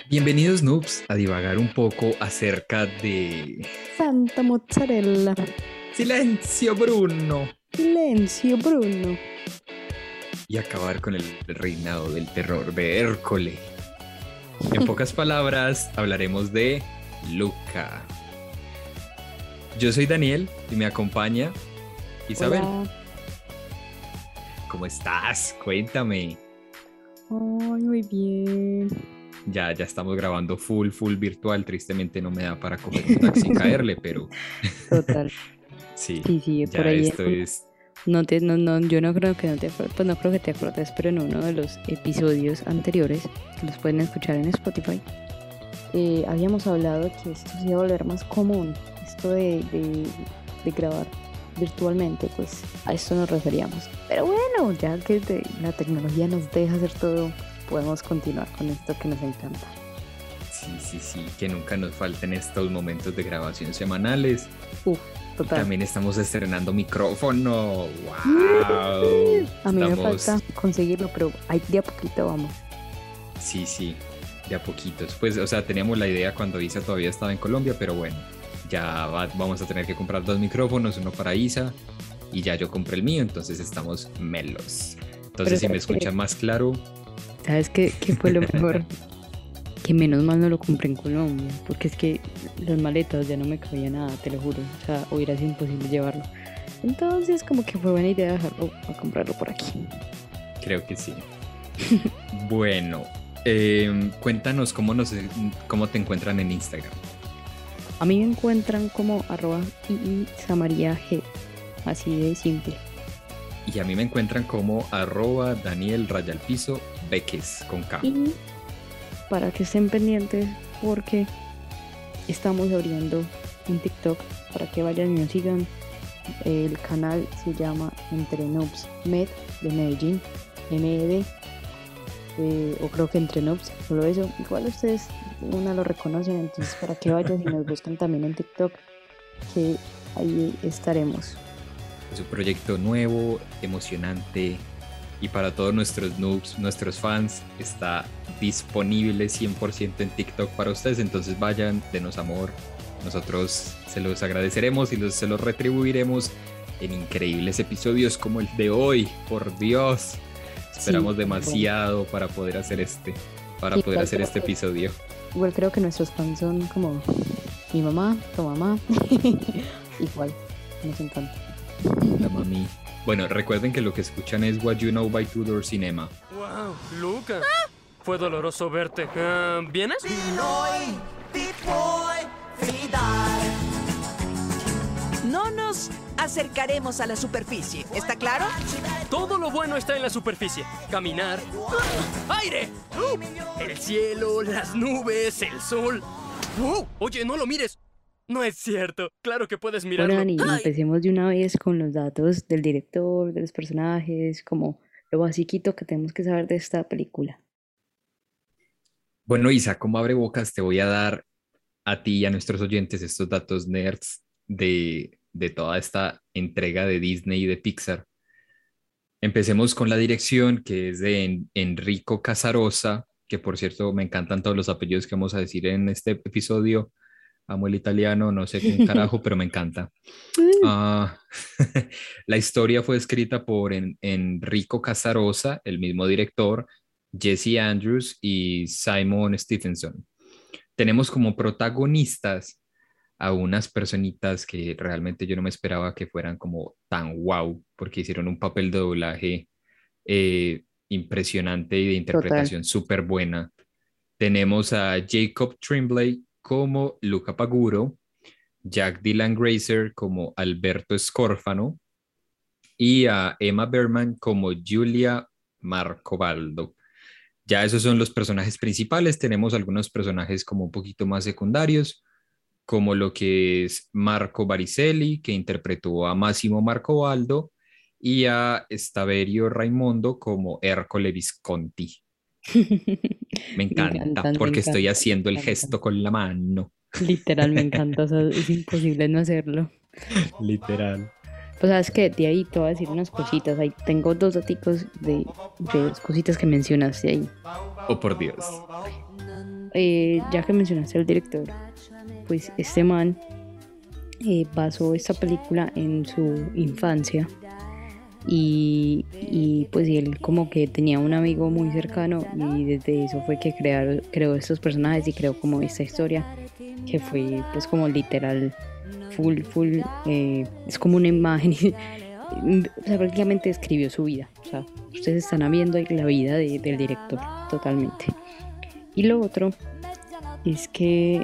Bienvenidos noobs a divagar un poco acerca de... Santa mozzarella. Silencio Bruno. Silencio, Bruno. Y acabar con el reinado del terror de Hércules. En pocas palabras, hablaremos de Luca. Yo soy Daniel y me acompaña Isabel. Hola. ¿Cómo estás? Cuéntame. Ay, muy bien. Ya estamos grabando full virtual. Tristemente no me da para coger un taxi y caerle, pero Total. sí, Sí, ya por ahí esto es... yo no creo que no te acuerdes, pues no creo que te acuerdes, pero en uno de los episodios anteriores, que los pueden escuchar en Spotify, habíamos hablado que esto se iba a volver más común, esto de grabar virtualmente, pues a esto nos referíamos. Pero bueno, ya que la tecnología nos deja hacer todo, podemos continuar con esto que nos encanta. Sí, que nunca nos falten estos momentos de grabación semanales. Total. También estamos estrenando micrófono. ¡Wow! A mí me falta conseguirlo, pero ahí de a poquito vamos. Sí, de a poquitos. Pues, o sea, teníamos la idea cuando Isa todavía estaba en Colombia, pero bueno, vamos a tener que comprar 2 micrófonos, uno para Isa, y ya yo compré el mío, entonces estamos melos. Entonces, si me escuchan más claro... ¿Sabes qué fue lo mejor? Que menos mal no lo compré en Colombia, porque es que las maletas ya no me cabía nada, te lo juro. O sea, hubiera sido imposible llevarlo. Entonces, como que fue buena idea dejarlo a comprarlo por aquí. Creo que sí. Bueno, cuéntanos cómo te encuentran en Instagram. A mí me encuentran como @iisamariag, así de simple. Y a mí me encuentran como @Daniel_Beques con K. Y para que estén pendientes, porque estamos abriendo un TikTok para que vayan y nos sigan. El canal se llama Entre Noobs Med de Medellín, MED, o creo que Entre Noobs, solo eso. Igual ustedes una lo reconocen, entonces para que vayan y nos buscan también en TikTok, que ahí estaremos. Es un proyecto nuevo, emocionante, y para todos nuestros noobs, nuestros fans, está disponible 100% en TikTok para ustedes. Entonces vayan, denos amor. Nosotros se los agradeceremos y se los retribuiremos en increíbles episodios como el de hoy. Por Dios, esperamos demasiado para poder hacer este episodio. Igual creo que nuestros fans son como mi mamá, tu mamá. Igual, nos encanta. La mami. Bueno, recuerden que lo que escuchan es What You Know by Tudor Cinema. ¡Wow! ¡Luca! Fue doloroso verte. ¿Vienes? No nos acercaremos a la superficie, ¿está claro? Todo lo bueno está en la superficie. Caminar. ¡Aire! El cielo, las nubes, el sol. Oye, no lo mires. No es cierto. Claro que puedes mirarlo. Bueno, Dani, empecemos de una vez con los datos del director, de los personajes, como lo basiquito que tenemos que saber de esta película. Bueno, Isa, como abre bocas, te voy a dar a ti y a nuestros oyentes estos datos nerds de toda esta entrega de Disney y de Pixar. Empecemos con la dirección, que es de Enrico Casarosa, que por cierto me encantan todos los apellidos que vamos a decir en este episodio. Amo el italiano, no sé qué carajo, pero me encanta. La historia fue escrita por Enrico Casarosa, el mismo director, Jesse Andrews y Simon Stephenson. Tenemos como protagonistas a unas personitas que realmente yo no me esperaba que fueran como tan wow, porque hicieron un papel de doblaje impresionante y de interpretación súper buena. Tenemos a Jacob Tremblay como Luca Paguro, Jack Dylan Grazer como Alberto Scorfano y a Emma Berman como Julia Marcobaldo. Ya esos son los personajes principales. Tenemos algunos personajes como un poquito más secundarios, como lo que es Marco Baricelli, que interpretó a Máximo Marcobaldo, y a Staverio Raimondo como Ercole Visconti. Me encanta porque estoy haciendo el gesto con la mano. Literal, me encanta, o sea, es imposible no hacerlo. Literal. Pues sabes que de ahí te voy a decir unas cositas. Ahí tengo 2 daticos de las cositas que mencionaste ahí. Oh, por Dios. Ya que mencionaste al director, pues este man basó esta película en su infancia y pues él como que tenía un amigo muy cercano y desde eso fue que creó estos personajes y creó como esta historia que fue pues como literal full, es como una imagen, o sea, prácticamente escribió su vida, o sea, ustedes están viendo la vida del director totalmente. Y lo otro es que,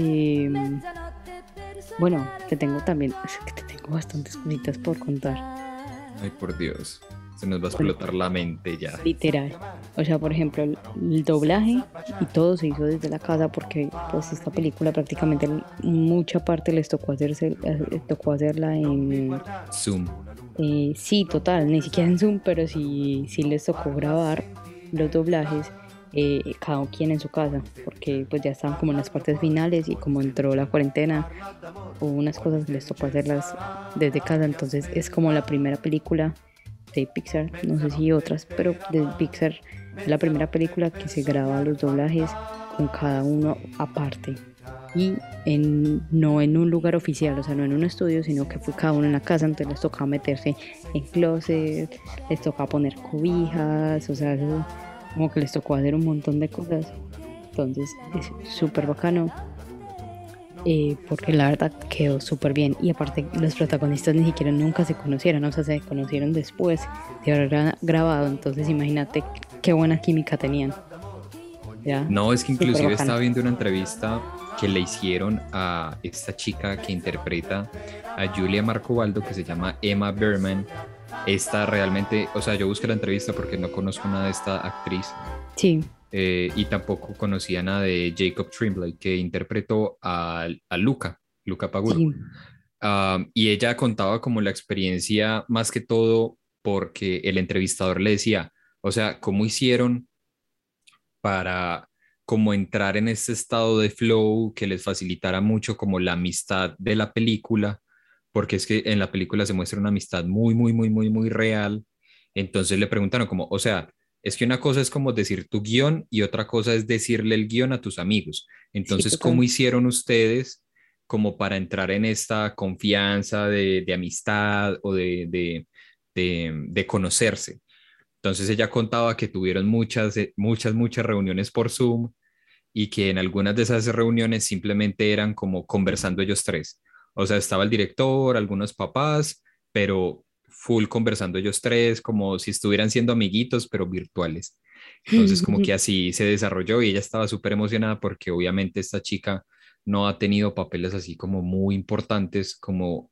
bueno, te tengo también, es que te tengo bastantes cositas por contar. Ay, por Dios, se nos va a Bueno, explotar la mente ya. literal. O sea, por ejemplo, el doblaje y todo se hizo desde la casa porque pues esta película prácticamente mucha parte tocó hacerla en Zoom. sí, total, ni siquiera en Zoom, pero sí les tocó grabar los doblajes cada quien en su casa, porque pues ya estaban como en las partes finales y como entró la cuarentena, hubo unas cosas que les tocó hacerlas desde casa, entonces es como la primera película de Pixar, no sé si otras, pero de Pixar es la primera película que se graba los doblajes con cada uno aparte y no en un lugar oficial, o sea, no en un estudio, sino que fue cada uno en la casa, entonces les tocaba meterse en closet, les tocaba poner cobijas, o sea, como que les tocó hacer un montón de cosas, entonces es súper bacano, porque la verdad quedó súper bien, y aparte los protagonistas ni siquiera nunca se conocieron, o sea, se conocieron después de haber grabado, entonces imagínate qué buena química tenían, ya, No, es que súper inclusive bacano. estaba viendo una entrevista que le hicieron a esta chica que interpreta a Julia Marcobaldo, que se llama Emma Berman. Esta realmente, o sea, yo busqué la entrevista porque no conozco nada de esta actriz, Sí, y tampoco conocía nada de Jacob Tremblay, que interpretó a Luca Paguro. sí. Y ella contaba como la experiencia más que todo porque el entrevistador le decía, o sea, ¿cómo hicieron para como entrar en este estado de flow que les facilitara mucho como la amistad de la película? Porque es que en la película se muestra una amistad muy real. Entonces le preguntaron como, o sea, es que una cosa es como decir tu guión y otra cosa es decirle el guión a tus amigos. Sí, Entonces, ¿cómo total. hicieron ustedes como para entrar en esta confianza de amistad o de conocerse? Entonces ella contaba que tuvieron muchas reuniones por Zoom y que en algunas de esas reuniones simplemente eran como conversando ellos tres. O sea, estaba el director, algunos papás, pero full conversando ellos tres, como si estuvieran siendo amiguitos, pero virtuales. Entonces, como que así se desarrolló y ella estaba súper emocionada porque obviamente esta chica no ha tenido papeles así como muy importantes como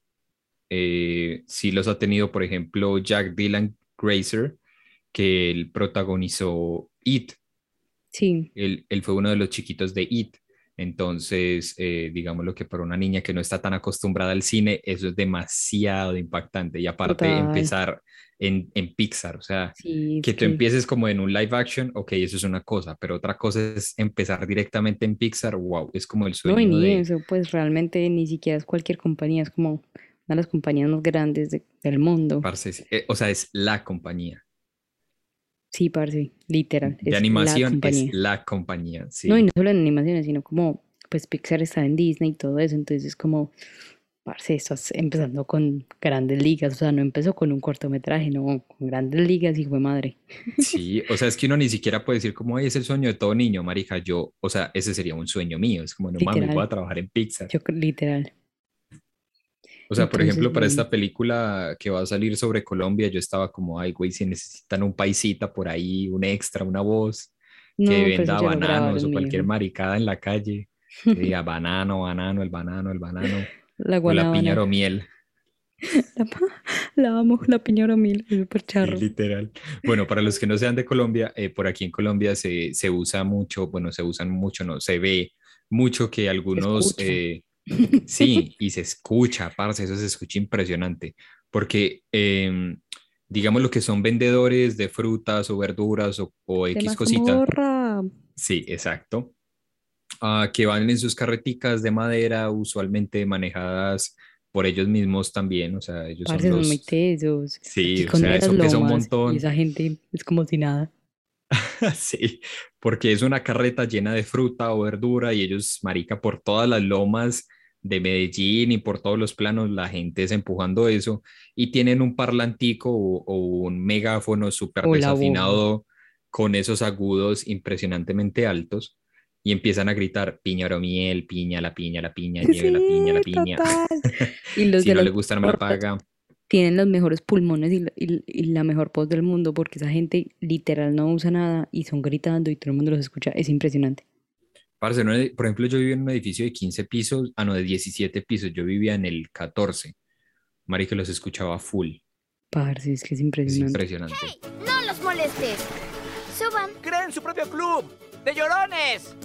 sí los ha tenido, por ejemplo, Jack Dylan Grazer, que él protagonizó It. Sí, Él fue uno de los chiquitos de It. Entonces, digamos lo que para una niña que no está tan acostumbrada al cine, eso es demasiado impactante. Y aparte, total. empezar en Pixar, o sea, Sí, es que tú que empieces como en un live action, ok, eso es una cosa, pero otra cosa es empezar directamente en Pixar, wow, es como el no, y sueño ni de, eso, pues realmente ni siquiera es cualquier compañía, es como una de las compañías más grandes del mundo. parce, o sea, es la compañía. Sí, parce, literal, De es la animación es compañía. la compañía, No, y sí. no solo en animaciones, sino como, pues Pixar está en Disney y todo eso, entonces es como, parce, estás empezando con grandes ligas, o sea, no empezó con un cortometraje, no, con grandes ligas y fue madre, Sí, o sea, es que uno ni siquiera puede decir como, ay, es el sueño de todo niño, marica, yo, o sea, ese sería un sueño mío, es como, no mames, voy literal, a trabajar en Pixar. literal. O sea, por Entonces, ejemplo, para bueno, esta película que va a salir sobre Colombia, yo estaba como, ay, güey, si necesitan un paisita por ahí, un extra, una voz, que no, pero eso venda ya lo bananos grabaron, o mi cualquier hijo. maricada en la calle, que diga banano, el banano, La o la piña guanábana, o miel. la, la amo, la piñora mil, es súper Sí, charro. literal. Bueno, para los que no sean de Colombia, por aquí en Colombia se usa mucho, bueno, se usan mucho, no, se ve mucho que Se algunos, escucha. sí, y se escucha, parce, eso se escucha impresionante, porque digamos lo que son vendedores de frutas o verduras o De X cosita, mazamorra. sí, exacto, que van en sus carreticas de madera, usualmente manejadas por ellos mismos también, o sea, ellos son Parce, son muy los, tesos. Aquí sí, o con sea, meras eso pesa un lomas y montón. esa gente es como si nada. Sí, porque es una carreta llena de fruta o verdura y ellos, marica, por todas las lomas de Medellín y por todos los planos, la gente es empujando eso y tienen un parlantico o un megáfono súper O la voz. desafinado con esos agudos impresionantemente altos y empiezan a gritar piña o miel, piña, la piña, lleve la Sí, piña. total. Y los Si de no las le gusta, no me la tortas paga. tienen los mejores pulmones y la mejor voz del mundo porque esa gente literal no usa nada y son gritando y todo el mundo los escucha. Es impresionante. Parce, por ejemplo, yo vivía en un edificio de 15 pisos, no, de 17 pisos, yo vivía en el 14. Mari que los escuchaba full. Parce, es que es Es impresionante. impresionante. No los molestes. Suban. ¡Creen su propio club de llorones!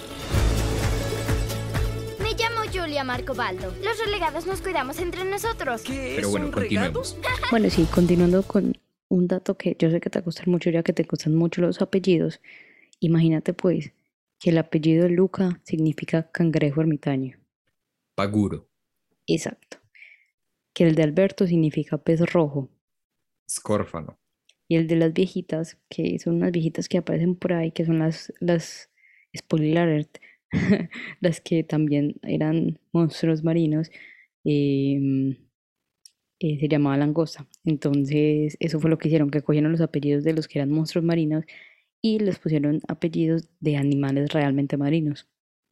Me llamo Julia Marcobaldo. Los relegados nos cuidamos entre nosotros. ¿Qué Pero es bueno, un regalo? continuemos. Bueno, sí, continuando con un dato que yo sé que te va a gustar mucho, ya que te gustan mucho los apellidos. Imagínate pues que el apellido de Luca significa cangrejo ermitaño. Paguro, Exacto. Que el de Alberto significa pez rojo. Scórfano, Y el de las viejitas, que son unas viejitas que aparecen por ahí, que son las spoiler alert, las que también eran monstruos marinos, em, se llamaba langosta. Entonces, eso fue lo que hicieron, que cogieron los apellidos de los que eran monstruos marinos y les pusieron apellidos de animales realmente marinos.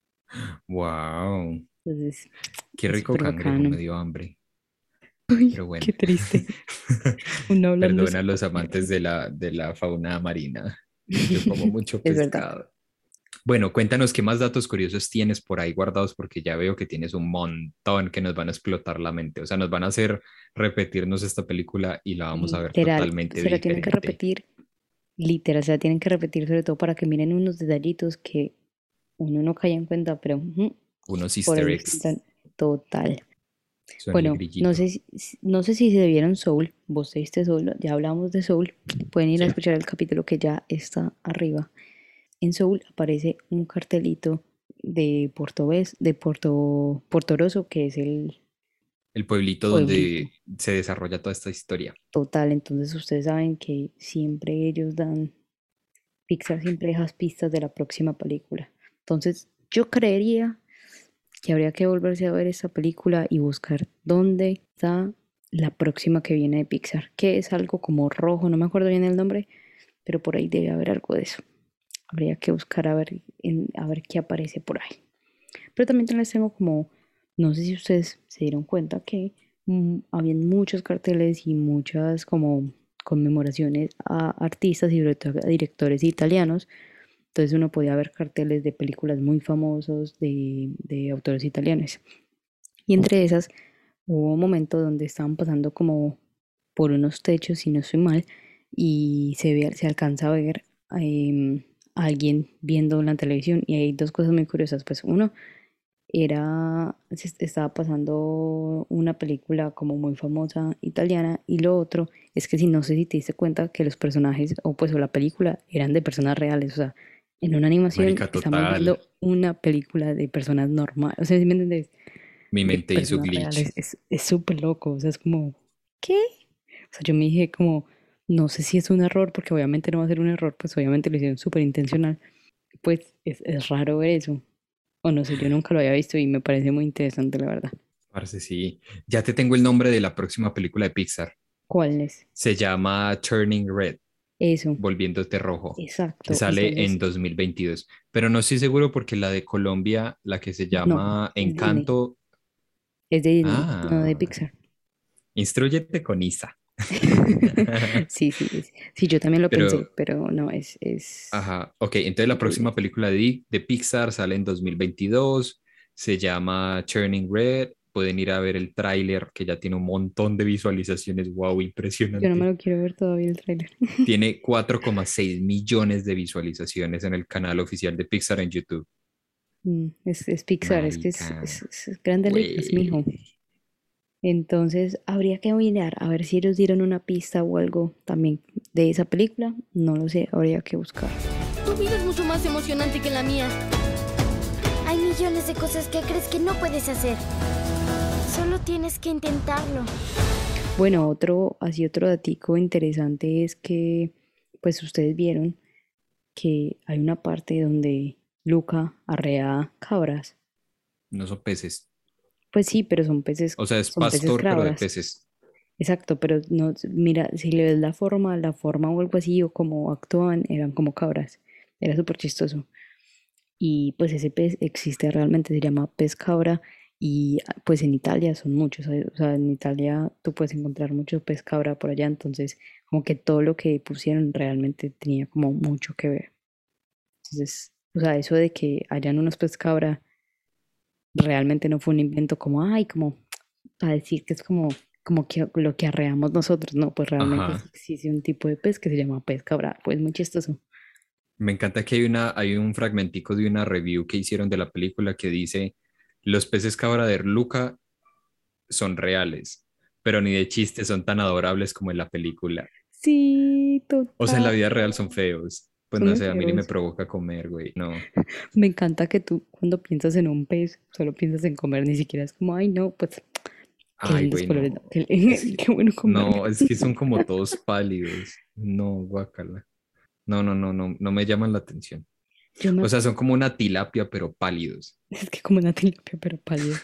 wow, Entonces, qué es rico súper cangrejo, bacano. me dio hambre. Uy, Pero bueno, qué triste. Uno hablando perdona a súper los amantes bien. de la fauna marina. Yo como mucho Es verdad. pescado. Bueno, cuéntanos qué más datos curiosos tienes por ahí guardados, porque ya veo que tienes un montón que nos van a explotar la mente. O sea, nos van a hacer repetirnos esta película y la vamos a ver Literal, totalmente se la tienen que diferente. repetir, literal, se la tienen que repetir sobre todo para que miren unos detallitos que uno no cae en cuenta, pero Unos por easter ahí eggs están total. son el Bueno, grillito. no sé si se vieron Soul, vos te viste Soul, ya hablamos de Soul, pueden ir a Sí. escuchar el capítulo que ya está arriba. En Soul aparece un cartelito de Portoroso, que es el El pueblito pueblito. donde se desarrolla toda esta historia. Total, entonces ustedes saben que siempre ellos dan, Pixar siempre deja pistas de la próxima película. Entonces yo creería que habría que volverse a ver esta película y buscar dónde está la próxima que viene de Pixar, que es algo como rojo, no me acuerdo bien el nombre, pero por ahí debe haber algo de eso. Habría que buscar a ver qué aparece por ahí. Pero también les tengo como, no sé si ustedes se dieron cuenta que habían muchos carteles y muchas como conmemoraciones a artistas y sobre todo a directores italianos. Entonces uno podía ver carteles de películas muy famosos de autores italianos. Y entre esas hubo un momento donde estaban pasando como por unos techos, si no estoy mal, y se alcanza a ver a alguien viendo la televisión. Y hay dos cosas muy curiosas. Pues uno, estaba pasando una película como muy famosa italiana y lo otro es que si no sé si te diste cuenta que los personajes o la película eran de personas reales, o sea, en una animación Marica, estamos total. viendo una película de personas normales, o sea, ¿sí me entendés? Mi De mente hizo personas glitch. reales, es súper loco, o sea, es como, ¿qué? O sea, yo me dije como, no sé si es un error, porque obviamente no va a ser un error, pues obviamente lo hicieron súper intencional, pues es raro ver eso. O no sé, yo nunca lo había visto y me parece muy interesante, la verdad. Parce, sí. Ya te tengo el nombre de la próxima película de Pixar. ¿Cuál es? Se llama Turning Red, Eso, Volviéndote Rojo, que exacto. sale en Entonces, 2022. Pero no estoy seguro porque la de Colombia, la que se no, llama es Disney. Encanto. Es de Disney, no de Ah, Pixar. instrúyete con Isa. Sí, sí, sí, yo también lo Pero, pensé, pero no, ajá, ok, entonces la es de próxima Disney. película de Pixar sale en 2022, se llama Turning Red, pueden ir a ver el tráiler que ya tiene un montón de visualizaciones, wow, Yo no me impresionante. lo quiero ver todavía el tráiler. Tiene 4,6 millones de visualizaciones en el canal oficial de Pixar en YouTube. Es Pixar, es que Marica, es grande letras, mijo. güey. Entonces, habría que mirar a ver si ellos dieron una pista o algo también de esa película. No lo sé, habría que buscar. Tu vida es mucho más emocionante que la mía. Hay millones de cosas que crees que no puedes hacer. Solo tienes que intentarlo. Bueno, otro datico interesante es que, pues ustedes vieron que hay una parte donde Luca arrea cabras. No son peces. Pues sí, pero O sea, es son peces pastor, pero de cabras. peces. Exacto, pero no, mira, si le ves la forma o algo así, o como actúan, eran como cabras. Era súper chistoso. Y pues ese pez existe realmente, se llama pez cabra. Y pues en Italia son muchos, ¿sabes? O sea, en Italia tú puedes encontrar mucho pez cabra por allá, entonces como que todo lo que pusieron realmente tenía como mucho que ver. Entonces, o sea, eso de que hayan unos pez cabra realmente no fue un invento como, ay, como para decir que es como que lo que arreamos nosotros, no, pues realmente sí Ajá. existe un tipo de pez que se llama pez cabra, pues muy chistoso. Me encanta que hay un fragmentico de una review que hicieron de la película que dice, los peces cabra de Luca son reales, pero ni de chiste son tan adorables como en la película. Sí, O sea, en la total. vida real son feos. Pues Son no muy sé, a mí ni me feos. provoca comer, güey, no. Me encanta que tú cuando piensas en un pez solo piensas en comer, ni siquiera es como, ay, no, pues qué Ay, lindos güey, colores, no, no. Es que, qué bueno comerlo. no, es que son como todos pálidos. No, guácala. No, no, no, no, no me llaman la atención. Yo me O sea, acuerdo, son como una tilapia, pero pálidos. es que como una tilapia, pero pálido.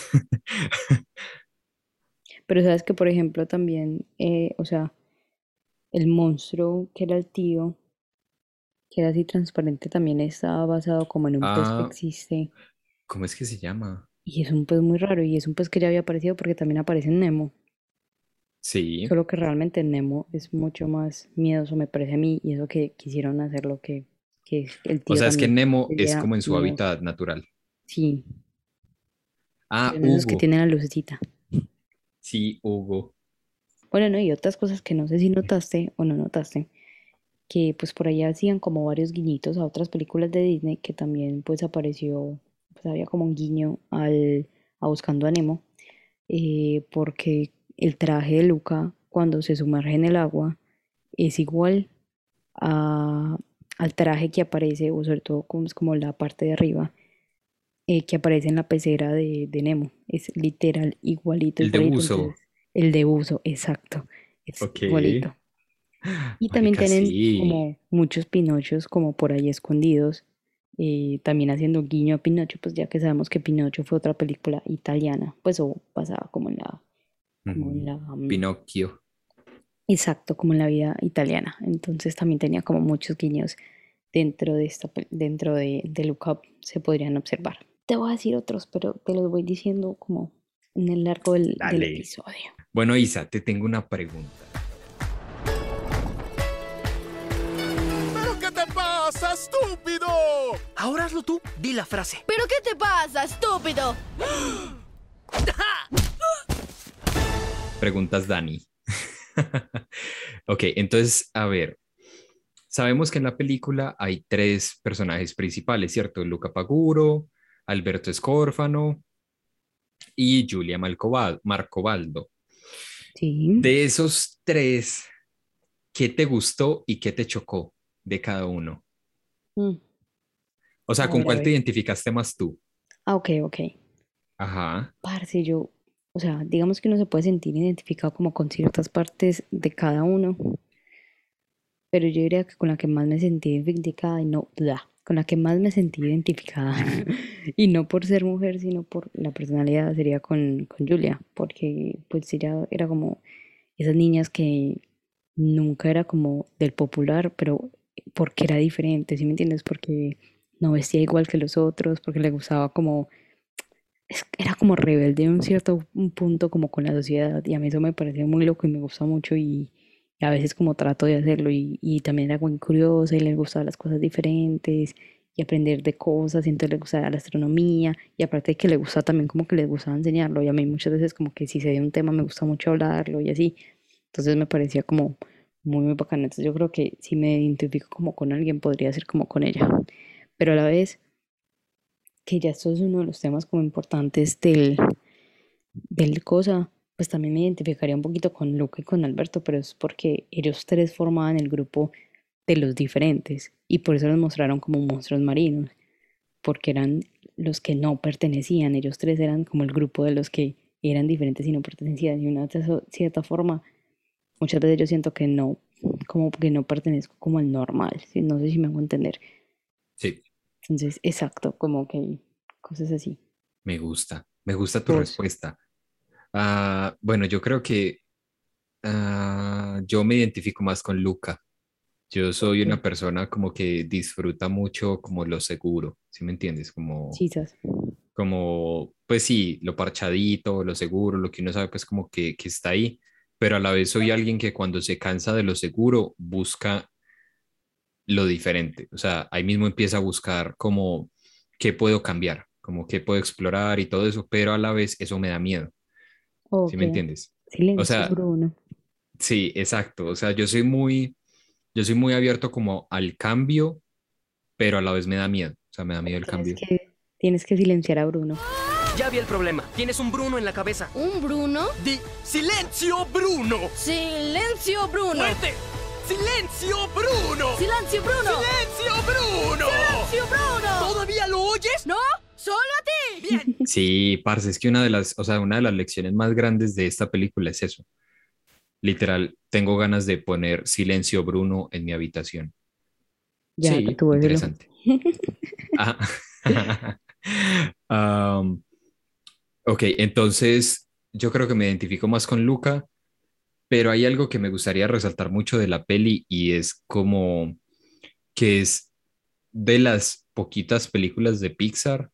Pero sabes que, por ejemplo, también, o sea, el monstruo que era el tío, que era así transparente, también estaba basado como en un pez que Ah, existe. ¿cómo es que se llama? Y es un pez muy raro y es un pez que ya había aparecido porque también aparece en Nemo. Sí. Solo que realmente Nemo es mucho más miedoso, me parece a mí, y eso que quisieron hacer lo que el O tío sea, es que también Nemo se es viera como en su miedoso. hábitat natural. Sí, Ah, son esos que Hugo. tienen la lucecita. Sí, Hugo. Bueno, no, y otras cosas que no sé si notaste o no notaste, que pues por ahí hacían como varios guiñitos a otras películas de Disney que también pues apareció, pues había como un guiño a Buscando a Nemo, porque el traje de Luca cuando se sumerge en el agua es igual a- al traje que aparece, o sobre todo como, es como la parte de arriba, que aparece en la pecera de Nemo. Es literal igualito, El de igualito. Entonces, buzo. el de buzo, exacto, es Ok. igualito. Y también Marica, tienen sí. como muchos Pinochos como por ahí escondidos, también haciendo guiño a Pinocho, pues ya que sabemos que Pinocho fue otra película italiana, pues o basada como en Ujú. la, Pinocchio. exacto, como en la vida italiana. Entonces también tenía como muchos guiños dentro de dentro de Look Up se podrían observar. Te voy a decir otros, pero te los voy diciendo como en el largo del Dale. episodio. Bueno, Isa, te tengo una pregunta. ¿Pero qué te pasa, estúpido? Ahora hazlo tú. Di la frase. ¿Pero qué te pasa, estúpido? Preguntas, Dani. Ok, entonces, a ver, sabemos que en la película hay tres personajes principales, ¿cierto? Luca Paguro, Alberto Escórfano y Julia Marcobaldo. Sí. De esos tres, ¿qué te gustó y qué te chocó de cada uno? Mm, O sea, a ¿con ver, a cuál te ver. identificaste más tú? Ah, ok, ok. Ajá. Parce, yo, o sea, digamos que uno se puede sentir identificado como con ciertas partes de cada uno, pero yo diría que con la que más me sentí identificada, y no, con la que más me sentí identificada, y no por ser mujer, sino por la personalidad, sería con Julia, porque pues ella era como esas niñas que nunca era como del popular, pero porque era diferente, ¿sí me entiendes? Porque no vestía igual que los otros, porque le gustaba como era como rebelde en un cierto un punto como con la sociedad y a mí eso me parecía muy loco y me gusta mucho y a veces como trato de hacerlo y también era muy curiosa y le gustaban las cosas diferentes y aprender de cosas y entonces le gustaba la astronomía y aparte de que le gusta también como que les gustaba enseñarlo y a mí muchas veces como que si se dio un tema me gusta mucho hablarlo y así, entonces me parecía como muy muy bacana, entonces yo creo que si me identifico como con alguien podría ser como con ella, pero a la vez que ya esto es uno de los temas como importantes del cosa, pues también me identificaría un poquito con Luca y con Alberto, pero es porque ellos tres formaban el grupo de los diferentes y por eso los mostraron como monstruos marinos, porque eran los que no pertenecían, ellos tres eran como el grupo de los que eran diferentes y no pertenecían, y de una cierta forma, muchas veces yo siento que no como que no pertenezco como al normal, ¿sí? No sé si me hago entender. Sí, Entonces, exacto, como que cosas así. me gusta tu Vos, respuesta. Bueno, yo creo que yo me identifico más con Luca. Yo soy porque una persona como que disfruta mucho como lo seguro, ¿sí me entiendes? chisas. Pues sí, lo parchadito, lo seguro, lo que uno sabe pues como que está ahí, pero a la vez soy alguien que cuando se cansa de lo seguro busca lo diferente, o sea, ahí mismo empieza a buscar como qué puedo cambiar, como qué puedo explorar y todo eso, pero a la vez eso me da miedo, ¿sí Ok, me entiendes? O silencio, sea, Bruno. sí, exacto, o sea, yo soy muy abierto como al cambio, pero a la vez me da miedo, o sea, me da miedo el cambio. Tienes que silenciar a Bruno. Ya vi el problema. Tienes un Bruno en la cabeza. ¿Un Bruno? Di ¡Silencio, Bruno! ¡Silencio, Bruno! ¡Fuerte! ¡Silencio, Bruno! ¡Silencio, Bruno! ¡Silencio, Bruno! ¡Silencio, Bruno! ¿Todavía lo oyes? ¿No? ¡Solo a ti! Bien. Sí, parce, es que una de las lecciones más grandes de esta película es eso. Literal, tengo ganas de poner silencio Bruno en mi habitación. Ya, Sí, tatúeselo. interesante. Ah. Am, ok, entonces yo creo que me identifico más con Luca, pero hay algo que me gustaría resaltar mucho de la peli y es como que es de las poquitas películas de Pixar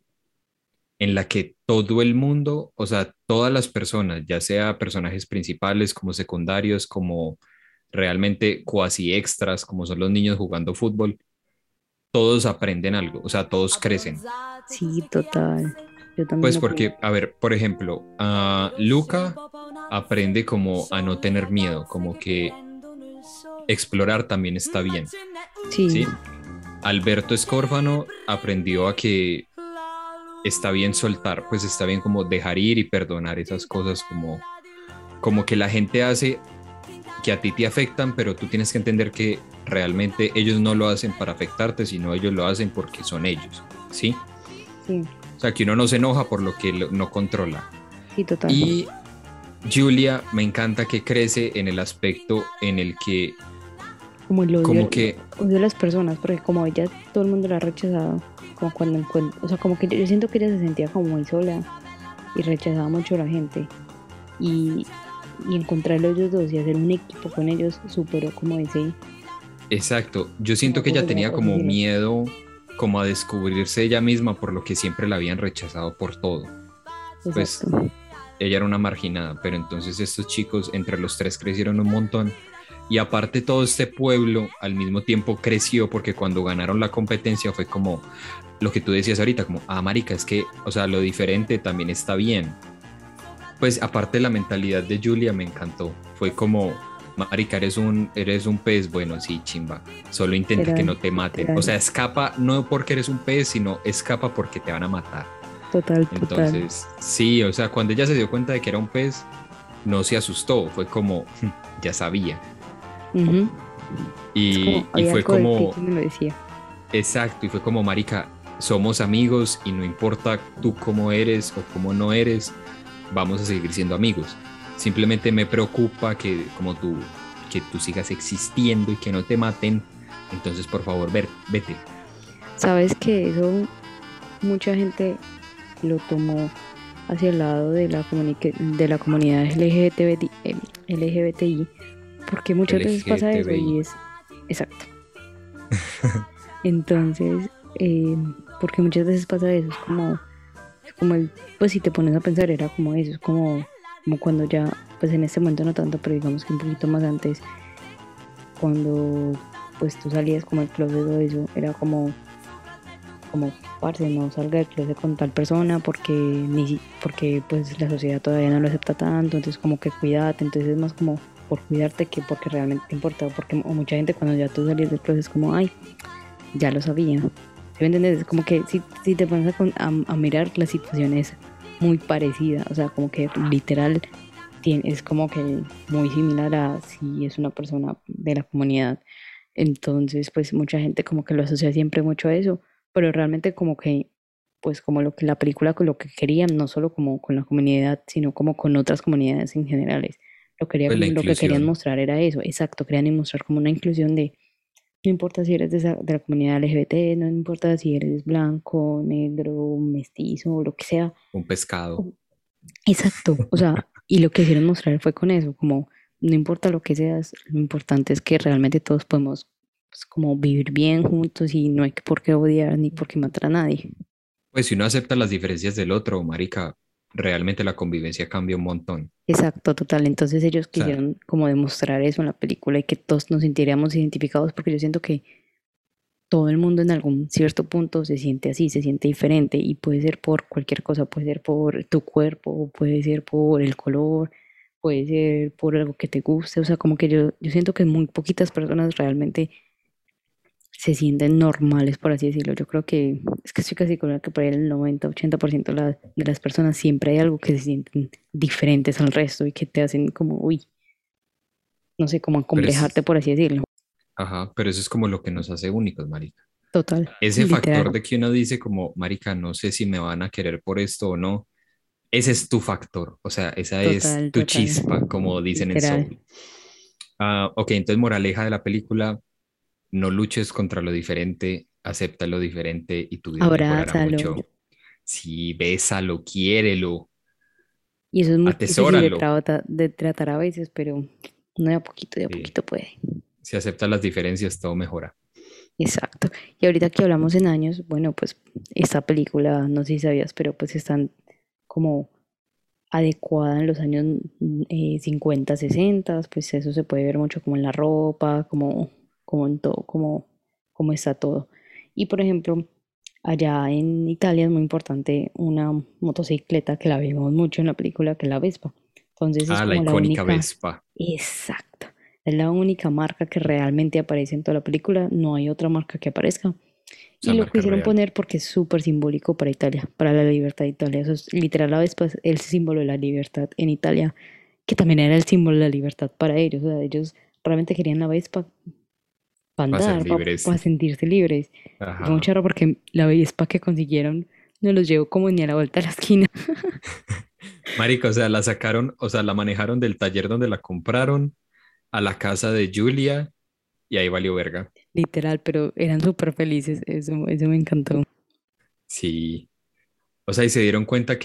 en la que todo el mundo, o sea, todas las personas, ya sea personajes principales como secundarios, como realmente cuasi extras, como son los niños jugando fútbol, todos aprenden algo, o sea, todos crecen. Sí, total. Yo también Pues lo pienso. porque, a ver, por ejemplo, Luca aprende como a no tener miedo, como que explorar también está bien, Sí, ¿sí? Alberto Escórfano aprendió a que está bien soltar, pues está bien como dejar ir y perdonar esas cosas como que la gente hace que a ti te afectan, pero tú tienes que entender que realmente ellos no lo hacen para afectarte, sino ellos lo hacen porque son ellos, ¿sí? sí, O sea, que uno no se enoja por lo que no controla. sí, total. Y Julia me encanta que crece en el aspecto en el que Como el como que, odio a las personas, porque como ella todo el mundo la ha rechazado, como cuando encuentra, o sea, como que yo siento que ella se sentía como muy sola y rechazaba mucho a la gente. Y, y encontrarlo ellos dos y hacer un equipo con ellos superó como exacto, yo siento que ella tenía ese como silencio. miedo como a descubrirse ella misma por lo que siempre la habían rechazado por todo. Pues Exacto. ella era una marginada, pero entonces estos chicos entre los tres crecieron un montón y aparte todo este pueblo al mismo tiempo creció porque cuando ganaron la competencia fue como lo que tú decías ahorita, como, marica, es que, o sea, lo diferente también está bien. Pues aparte la mentalidad de Julia me encantó, fue como, marica, eres un pez, bueno, sí, chimba, solo intenta que Literal, no te maten, o literal. sea, escapa no porque eres un pez, sino escapa porque te van a matar. Total, total. Entonces, sí, o sea, cuando ella se dio cuenta de que era un pez, no se asustó, fue como, ya sabía. Ujú. Es como, Y había fue algo de ti como, que me lo decía. exacto, y fue como, marica, somos amigos y no importa tú cómo eres o cómo no eres, vamos a seguir siendo amigos. Simplemente me preocupa que tú sigas existiendo y que no te maten. Entonces, por favor, vete. Sabes que eso mucha gente lo tomó hacia el lado de de la comunidad LGBTI, porque muchas veces pasa eso LGTBI. y es exacto. Entonces, porque muchas veces pasa eso, pues si te pones a pensar, era como eso, es como cuando ya, pues en este momento no tanto, pero digamos que un poquito más antes, cuando pues tú salías como el closet o eso, era como, parce, no salga del closet con tal persona porque pues la sociedad todavía no lo acepta tanto, entonces como que cuídate, entonces es más como por cuidarte que porque realmente te importa, porque o mucha gente cuando ya tú salías del closet es como, ay, ya lo sabía. ¿Sí me entiendes? Es como que si te pones a mirar, la situación es muy parecida, o sea, como que literal es como que muy similar a si es una persona de la comunidad. Entonces, pues mucha gente como que lo asocia siempre mucho a eso, pero realmente como que, pues como lo que la película con lo que querían, no solo como con la comunidad, sino como con otras comunidades en generales, Pues la Lo que querían inclusión. mostrar era eso, exacto, querían mostrar como una inclusión de, no importa si eres de la comunidad LGBT, no importa si eres blanco, negro, mestizo o lo que sea. Un pescado. Exacto, o sea, y lo que quisieron mostrar fue con eso, como no importa lo que seas, lo importante es que realmente todos podemos pues, como vivir bien juntos y no hay por qué odiar ni por qué matar a nadie. Pues si uno acepta las diferencias del otro, marica, realmente la convivencia cambia un montón. Exacto, total. Entonces ellos O sea, quisieron como demostrar eso en la película y que todos nos sintiéramos identificados porque yo siento que todo el mundo en algún cierto punto se siente así, se siente diferente y puede ser por cualquier cosa, puede ser por tu cuerpo, puede ser por el color, puede ser por algo que te guste, o sea, como que yo siento que muy poquitas personas realmente se sienten normales, por así decirlo. Yo creo que es que estoy casi segura que por ahí el 90-80% de las personas siempre hay algo que se sienten diferentes al resto y que te hacen como, uy, no sé, como pero acomplejarte, es, por así decirlo. ajá, pero eso es como lo que nos hace únicos, marica. Total, Ese factor literal, de que uno dice como, marica, no sé si me van a querer por esto o no, ese es tu factor, o sea, esa es total, tu total, chispa, como dicen en literal. Soul. Ok, entonces moraleja de la película, no luches contra lo diferente, acepta lo diferente y tu vida mejorará Abrázalo. mucho. Sí, bésalo, quiérelo, Y eso es muy difícil atesóralo. de tratar a veces, pero no de a Sí, poquito puede. si aceptas las diferencias, todo mejora. Exacto. Y ahorita que hablamos en años, bueno, pues esta película, no sé si sabías, pero pues están como adecuada en los años 50, 60, pues eso se puede ver mucho como en la ropa, como en todo, como está todo. Y por ejemplo, allá en Italia es muy importante una motocicleta que la vemos mucho en la película, que es la Vespa. Entonces es Ah, la como la icónica única, Vespa. exacto, es la única marca que realmente aparece en toda la película, no hay otra marca que aparezca. Y Esa lo marca quisieron real. poner porque es súper simbólico para Italia, para la libertad de Italia. Eso es literal la Vespa es el símbolo de la libertad en Italia, que también era el símbolo de la libertad para ellos. O sea, ellos realmente querían la Vespa para Para ser andar, libres. para sentirse libres. Y fue muy Ajá. charro porque la Vespa que consiguieron no los llevó como ni a la vuelta a la esquina. Marica, o sea, la sacaron, o sea, la manejaron del taller donde la compraron a la casa de Julia y ahí valió verga. Literal, pero eran súper felices. Eso me encantó. Sí. O sea, y se dieron cuenta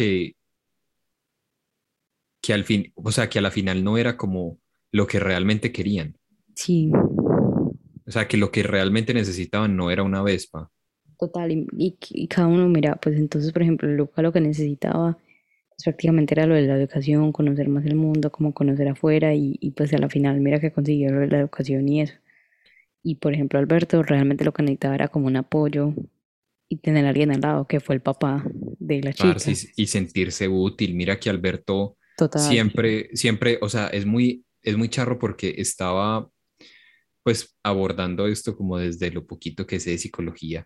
que al fin, o sea, que a la final no era como lo que realmente querían. Sí, O sea, que lo que realmente necesitaban no era una Vespa. total. Y cada uno, mira, pues entonces, por ejemplo, Luca lo que necesitaba pues prácticamente era lo de la educación, conocer más el mundo, como conocer afuera y pues a la final mira que consiguió lo de la educación y eso. Y por ejemplo Alberto realmente lo que necesitaba era como un apoyo y tener a alguien al lado, que fue el papá de la Parce, chica. y sentirse útil. Mira que Alberto Total, siempre, o sea, es muy charro porque estaba pues abordando esto como desde lo poquito que sé de psicología.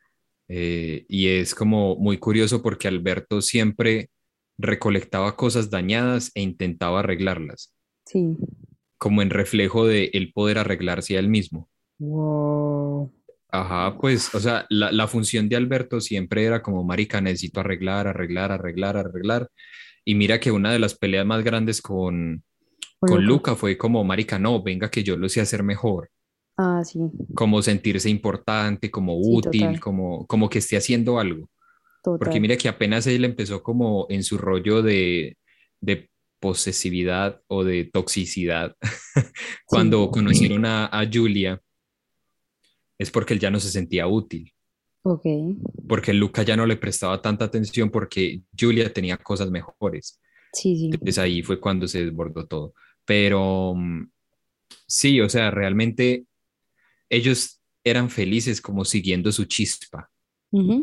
Y es como muy curioso porque Alberto siempre recolectaba cosas dañadas e intentaba arreglarlas, sí. como en reflejo de él poder arreglarse a él mismo. Wow. Ajá, pues, o sea, la función de Alberto siempre era como, marica, necesito arreglar, arreglar, arreglar, arreglar. Y mira que una de las peleas más grandes Con con Luca. Luca fue como, marica, no, venga que yo lo sé hacer mejor, Ah, sí. como sentirse importante, como Sí, útil, total. como que esté haciendo algo. Porque Total. mira que apenas él empezó como en su rollo de posesividad o de toxicidad, Sí. cuando conocieron a Julia, es porque él ya no se sentía útil, Ok. porque Luca ya no le prestaba tanta atención porque Julia tenía cosas mejores. Sí, sí. Entonces ahí fue cuando se desbordó todo. Pero sí, o sea, realmente ellos eran felices como siguiendo su chispa. Ujú.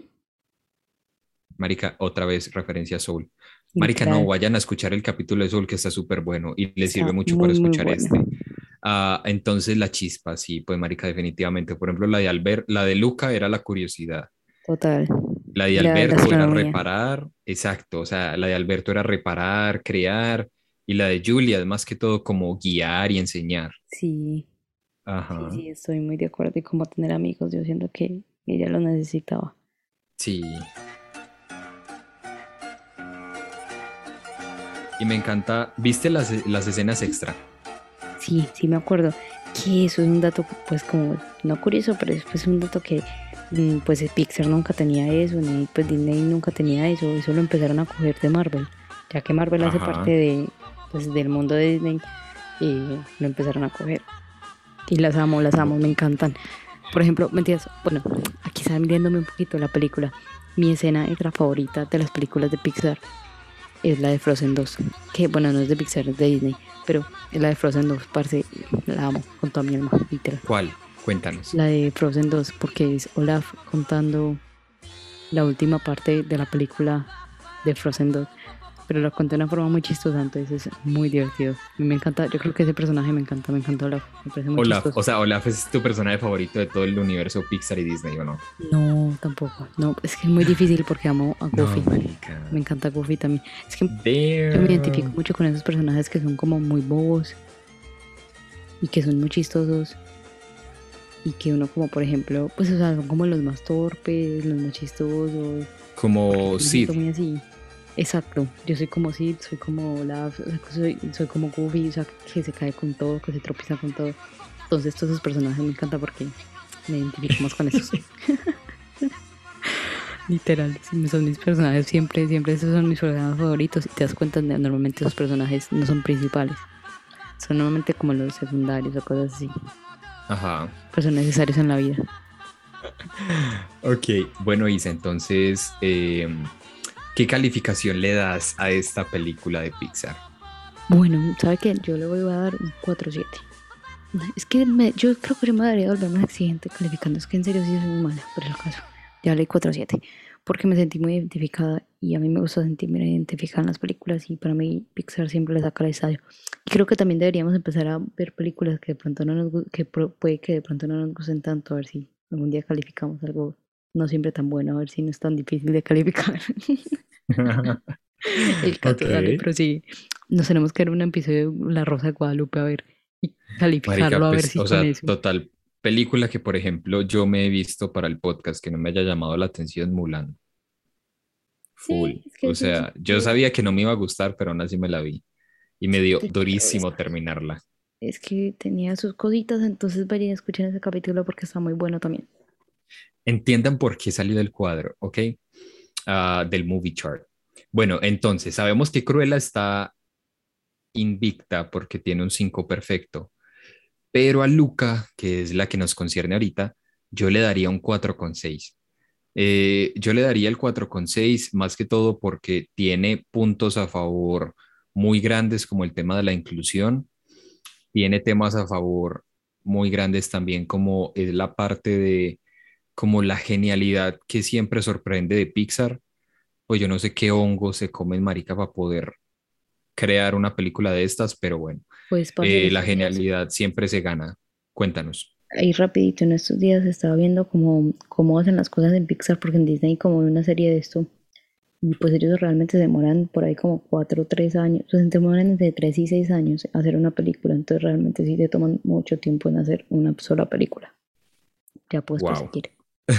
Marica, otra vez referencia a Soul. Marica, no, Literal. vayan a escuchar el capítulo de Soul que está súper bueno y les sirve Está mucho muy, para muy escuchar bueno. este. Entonces la chispa, sí, pues marica, definitivamente. Por ejemplo, la de Albert, la de Luca era la curiosidad. Total. La de Y la Alberto era astronomía. reparar, exacto, o sea, la de Alberto era reparar, crear, y la de Julia es más que todo como guiar y enseñar. Sí. Sí, Ajá, sí, estoy muy de acuerdo. Y como tener amigos, yo siento que ella lo necesitaba. sí. Y me encanta, ¿viste las escenas extra? Sí, sí me acuerdo. Que eso es un dato, pues como, no curioso, pero es pues un dato que pues Pixar nunca tenía eso, ni pues Disney nunca tenía eso. Eso lo empezaron a coger de Marvel. Ya que Marvel hace parte Ajá. de, pues, del mundo de Disney, y lo empezaron a coger. Y las amo, me encantan. Por ejemplo, mentiras, bueno, aquí está viéndome un poquito la película. Mi escena extra favorita de las películas de Pixar es la de Frozen 2. Que bueno, no es de Pixar, es de Disney, pero es la de Frozen 2, parce, la amo con toda mi alma, literal. ¿Cuál? Cuéntanos. La de Frozen 2, porque es Olaf contando la última parte de la película de Frozen 2. Pero lo conté de una forma muy chistosa, entonces es muy divertido. A mí me encanta, yo creo que ese personaje me encanta Olaf, me parece muy Olaf, chistoso. o sea, Olaf es tu personaje favorito de todo el universo Pixar y Disney, ¿o no? No, tampoco, no, es que es muy difícil porque amo a No, Goofy. marica. Me encanta Goofy también. Es que yo me identifico Damn. mucho con esos personajes que son como muy bobos y que son muy chistosos y que uno como por ejemplo, pues o sea, son como los más torpes, los más chistosos, porque Como yo me siento Sid. muy así. Exacto, yo soy como Sid, soy como Olaf, o sea, soy como Goofy, o sea, que se cae con todo, que se tropieza con todo. Entonces todos esos personajes me encantan porque me identifico más con esos. Literal, sí, son mis personajes siempre, siempre esos son mis personajes favoritos y te das cuenta de normalmente esos personajes no son principales, son normalmente como los secundarios o cosas así, Ajá. pero son necesarios en la vida. Ok, bueno, Isa, entonces, ¿qué calificación le das a esta película de Pixar? Bueno, ¿sabe qué? Yo le voy a dar un 4-7. Es que yo creo que yo me debería volver más exigente calificando, es que en serio sí soy muy mala, por el caso. Ya le di 4-7, porque me sentí muy identificada y a mí me gusta sentirme identificada en las películas y para mí Pixar siempre le saca el estadio. Y creo que también deberíamos empezar a ver películas que de pronto no nos puede que de pronto no nos gusten tanto, a ver si algún día calificamos algo no siempre tan bueno, a ver si no es tan difícil de calificar. El Ok, caso, dale, pero sí, nos tenemos que ver un episodio de La Rosa de Guadalupe a ver y calificarlo marica, a ver pues, si o con sea, eso. total, película que, por ejemplo, yo me he visto para el podcast que no me haya llamado la atención, Mulan. Sí, Full. es que O eso es sea, yo sabía que no me iba a gustar, pero aún así me la vi. Y me dio pero durísimo terminarla. es que tenía sus cositas, entonces vayan a escuchar ese capítulo porque está muy bueno también. Entiendan por qué salió del cuadro, ¿ok? Del movie chart. Bueno, entonces, sabemos que Cruella está invicta porque tiene un 5 perfecto, pero a Luca, que es la que nos concierne ahorita, yo le daría un 4,6. Yo le daría el 4,6 más que todo porque tiene puntos a favor muy grandes como el tema de la inclusión, tiene temas a favor muy grandes también como es la parte de como la genialidad que siempre sorprende de Pixar, pues yo no sé qué hongo se comen marica para poder crear una película de estas, pero bueno, Pues, parce, en la estos días, genialidad siempre se gana. Cuéntanos. ahí rapidito, en estos días estaba viendo cómo hacen las cosas en Pixar, porque en Disney como hay una serie de esto, y pues ellos realmente se demoran por ahí como 4 o 3 años, o sea, se demoran entre 3 y 6 años hacer una película, entonces realmente sí te toman mucho tiempo en hacer una sola película. Ya puesto si Wow. quiere.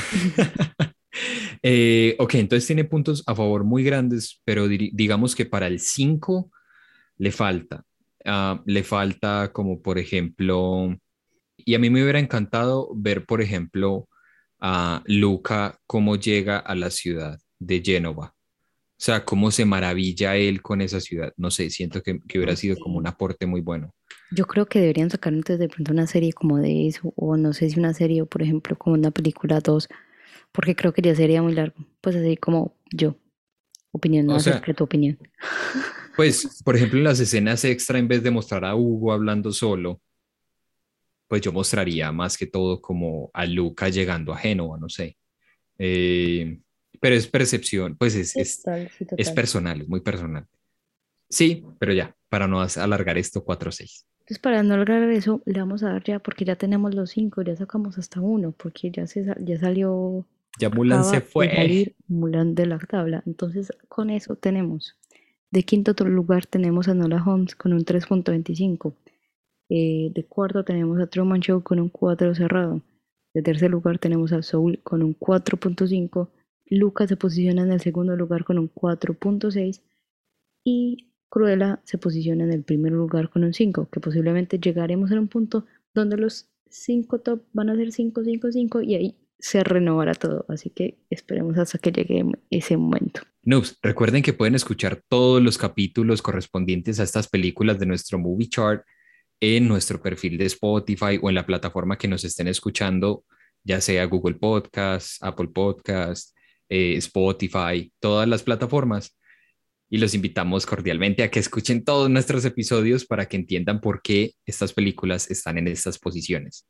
Ok, entonces tiene puntos a favor muy grandes, pero digamos que para el 5 le falta. Le falta como por ejemplo, y a mí me hubiera encantado ver por ejemplo a Luca cómo llega a la ciudad de Génova. O sea, cómo se maravilla él con esa ciudad. No sé, siento que hubiera sido como un Sí. aporte muy bueno. Yo creo que deberían sacar entonces de pronto una serie como de eso, o no sé si una serie, o por ejemplo como una película 2, porque creo que ya sería muy largo. Pues así como yo, opinión, no O hacer sea, que tu opinión. pues, por ejemplo, en las escenas extra, en vez de mostrar a Hugo hablando solo, pues yo mostraría más que todo como a Luca llegando a Génova, no sé. Eh, pero es percepción, pues Total, sí, es total. personal, es muy personal. Sí, pero ya, para no alargar esto 4-6. Entonces, para no lograr eso, le vamos a dar ya, porque ya tenemos los 5, ya sacamos hasta uno, porque ya salió, Ya Mulan se acaba de fue. salir Mulan de la tabla. Entonces, con eso tenemos, de quinto lugar tenemos a Nola Holmes con un 3.25. De cuarto tenemos a Truman Show con un 4 cerrado. De tercer lugar tenemos a Soul con un 4.5. Lucas se posiciona en el segundo lugar con un 4.6. Y Cruella se posiciona en el primer lugar con un 5, que posiblemente llegaremos a un punto donde los 5 top van a ser 5, 5, 5 y ahí se renovará todo. Así que esperemos hasta que llegue ese momento. Noobs, recuerden que pueden escuchar todos los capítulos correspondientes a estas películas de nuestro Movie Chart en nuestro perfil de Spotify o en la plataforma que nos estén escuchando, ya sea Google Podcast, Apple Podcast, Spotify, todas las plataformas. Y los invitamos cordialmente a que escuchen todos nuestros episodios para que entiendan por qué estas películas están en estas posiciones.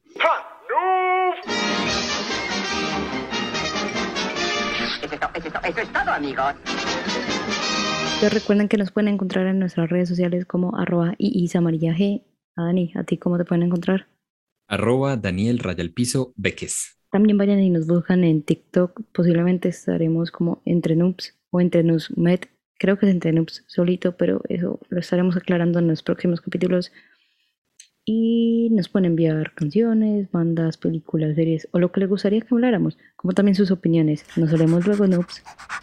Eso es todo, amigos. Ustedes recuerden que nos pueden encontrar en nuestras redes sociales como @iisamarillag. Dani, ¿a ti cómo te pueden encontrar? @Daniel_Beques. También vayan y nos buscan en TikTok. Posiblemente estaremos como Entre Noobs o Entre Noobs Med. Creo que es Entre Noobs solito, pero eso lo estaremos aclarando en los próximos capítulos. Y nos pueden enviar canciones, bandas, películas, series o lo que les gustaría que habláramos, como también sus opiniones. Nos vemos luego, Noobs.